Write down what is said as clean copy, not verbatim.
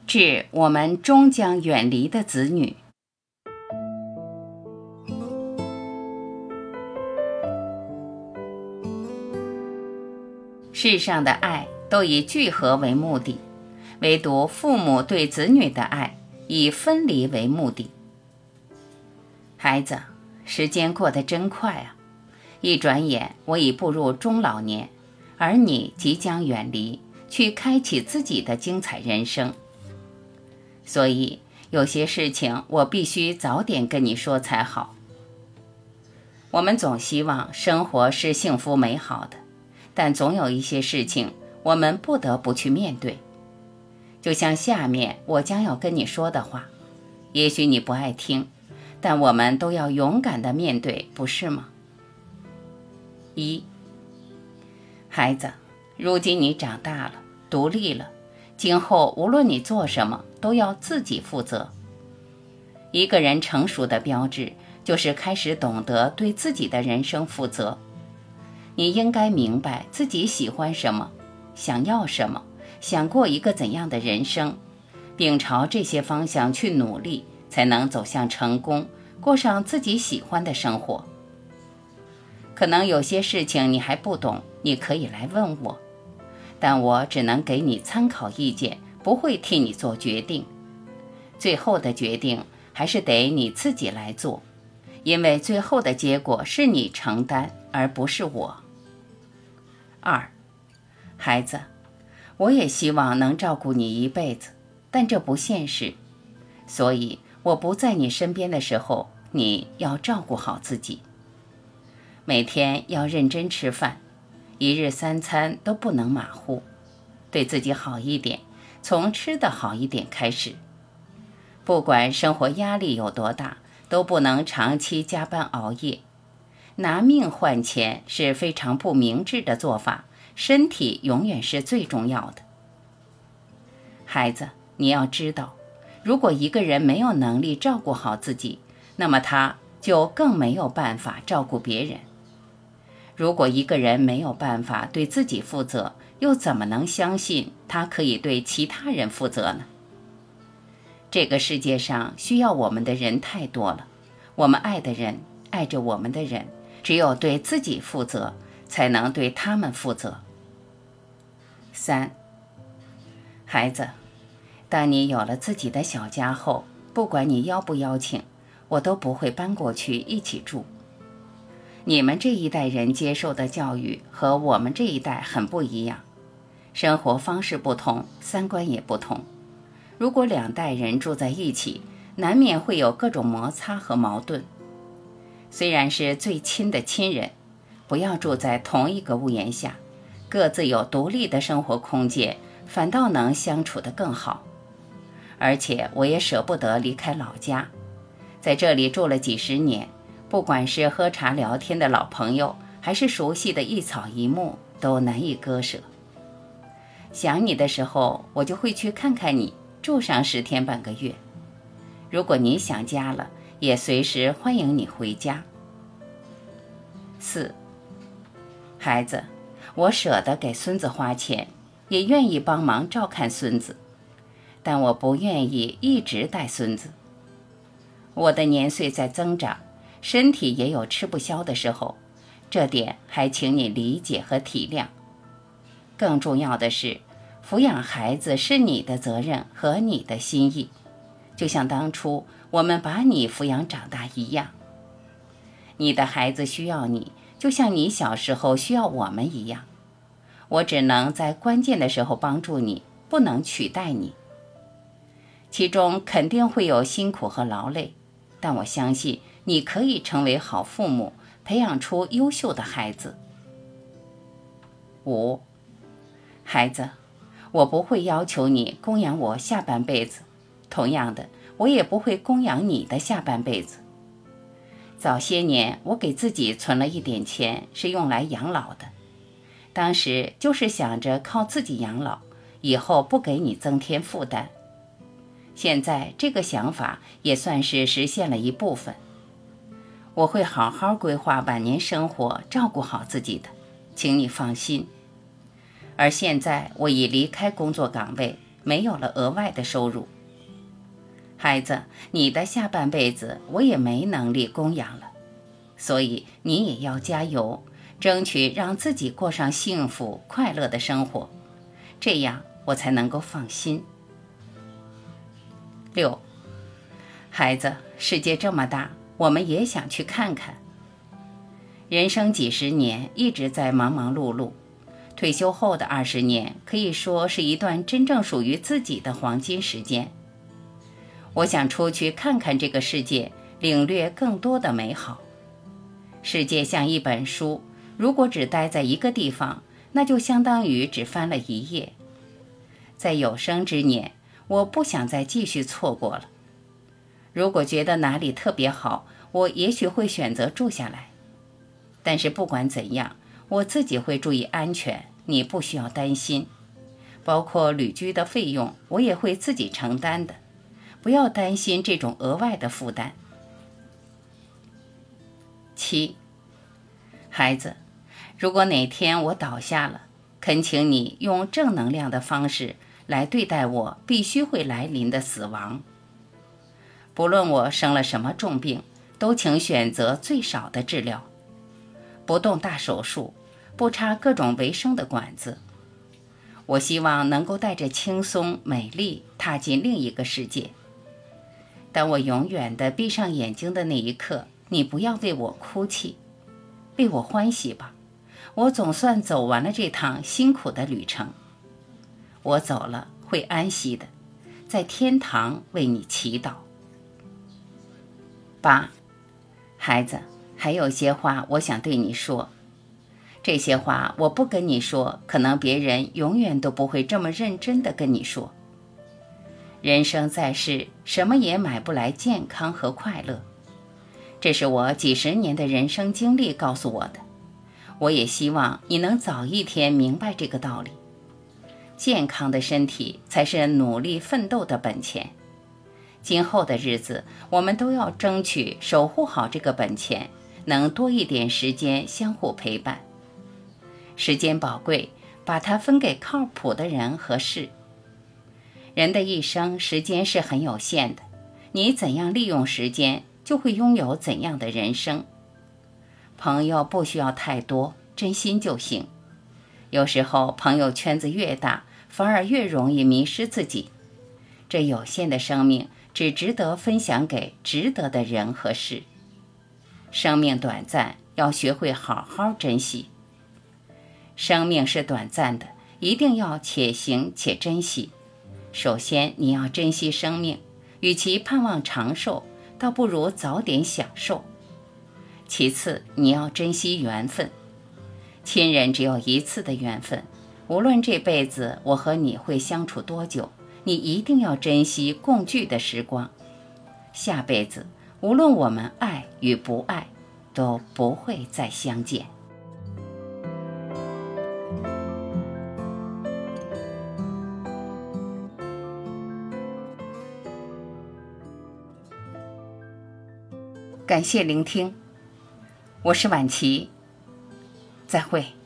致我们终将远离的子女。世上的爱都以聚合为目的，唯独父母对子女的爱以分离为目的。孩子，时间过得真快啊！一转眼我已步入中老年，而你即将远离，去开启自己的精彩人生。所以有些事情我必须早点跟你说才好。我们总希望生活是幸福美好的，但总有一些事情我们不得不去面对。就像下面我将要跟你说的话，也许你不爱听，但我们都要勇敢地面对，不是吗？一，孩子，如今你长大了，独立了，今后无论你做什么，都要自己负责。一个人成熟的标志，就是开始懂得对自己的人生负责。你应该明白自己喜欢什么，想要什么，想过一个怎样的人生，并朝这些方向去努力，才能走向成功，过上自己喜欢的生活。可能有些事情你还不懂，你可以来问我，但我只能给你参考意见，不会替你做决定。最后的决定还是得你自己来做，因为最后的结果是你承担，而不是我。二，孩子，我也希望能照顾你一辈子，但这不现实，所以我不在你身边的时候，你要照顾好自己。每天要认真吃饭，一日三餐都不能马虎，对自己好一点，从吃得好一点开始。不管生活压力有多大，都不能长期加班熬夜。拿命换钱是非常不明智的做法，身体永远是最重要的。孩子，你要知道，如果一个人没有能力照顾好自己，那么他就更没有办法照顾别人。如果一个人没有办法对自己负责，又怎么能相信他可以对其他人负责呢？这个世界上需要我们的人太多了，我们爱的人，爱着我们的人，只有对自己负责，才能对他们负责。三，孩子，当你有了自己的小家后，不管你邀不邀请，我都不会搬过去一起住。你们这一代人接受的教育和我们这一代很不一样，生活方式不同，三观也不同。如果两代人住在一起，难免会有各种摩擦和矛盾。虽然是最亲的亲人，不要住在同一个屋檐下，各自有独立的生活空间，反倒能相处得更好。而且我也舍不得离开老家，在这里住了几十年，不管是喝茶聊天的老朋友，还是熟悉的一草一木，都难以割舍。想你的时候，我就会去看看你，住上10天半个月。如果你想家了，也随时欢迎你回家。四，孩子，我舍得给孙子花钱，也愿意帮忙照看孙子，但我不愿意一直带孙子。我的年岁在增长，身体也有吃不消的时候，这点还请你理解和体谅。更重要的是，抚养孩子是你的责任和你的心意，就像当初我们把你抚养长大一样。你的孩子需要你，就像你小时候需要我们一样。我只能在关键的时候帮助你，不能取代你。其中肯定会有辛苦和劳累，但我相信你可以成为好父母，培养出优秀的孩子。5，孩子，我不会要求你供养我下半辈子，同样的，我也不会供养你的下半辈子。早些年，我给自己存了一点钱，是用来养老的。当时就是想着靠自己养老，以后不给你增添负担。现在这个想法也算是实现了一部分。我会好好规划晚年生活，照顾好自己的，请你放心。而现在我已离开工作岗位， 没有了额外的收入。孩子，你的下半辈子我也没能力供养了，所以你也要加油，争取让自己过上幸福快乐的生活，这样我才能够放心。6. 孩子，世界这么大，我们也想去看看。人生几十年一直在忙忙碌碌，退休后的20年可以说是一段真正属于自己的黄金时间。我想出去看看这个世界，领略更多的美好。世界像一本书，如果只待在一个地方，那就相当于只翻了一页。在有生之年，我不想再继续错过了。如果觉得哪里特别好，我也许会选择住下来。但是不管怎样，我自己会注意安全，你不需要担心。包括旅居的费用，我也会自己承担的，不要担心这种额外的负担。7. 孩子，如果哪天我倒下了，恳请你用正能量的方式来对待我必须会来临的死亡。不论我生了什么重病，都请选择最少的治疗，不动大手术，不插各种维生的管子。我希望能够带着轻松美丽踏进另一个世界。当我永远地闭上眼睛的那一刻，你不要为我哭泣，为我欢喜吧，我总算走完了这趟辛苦的旅程。我走了会安息的，在天堂为你祈祷。8. 孩子，还有些话我想对你说。这些话我不跟你说，可能别人永远都不会这么认真地跟你说。人生在世，什么也买不来健康和快乐，这是我几十年的人生经历告诉我的。我也希望你能早一天明白这个道理。健康的身体才是努力奋斗的本钱。今后的日子，我们都要争取守护好这个本钱，能多一点时间相互陪伴。时间宝贵，把它分给靠谱的人和事。人的一生时间是很有限的，你怎样利用时间，就会拥有怎样的人生。朋友不需要太多，真心就行。有时候朋友圈子越大，反而越容易迷失自己。这有限的生命只值得分享给值得的人和事。生命短暂，要学会好好珍惜。生命是短暂的，一定要且行且珍惜。首先你要珍惜生命，与其盼望长寿，倒不如早点享受。其次你要珍惜缘分，亲人只有一次的缘分，无论这辈子我和你会相处多久，你一定要珍惜共聚的时光。下辈子无论我们爱与不爱，都不会再相见。感谢聆听，我是婉琪，再会。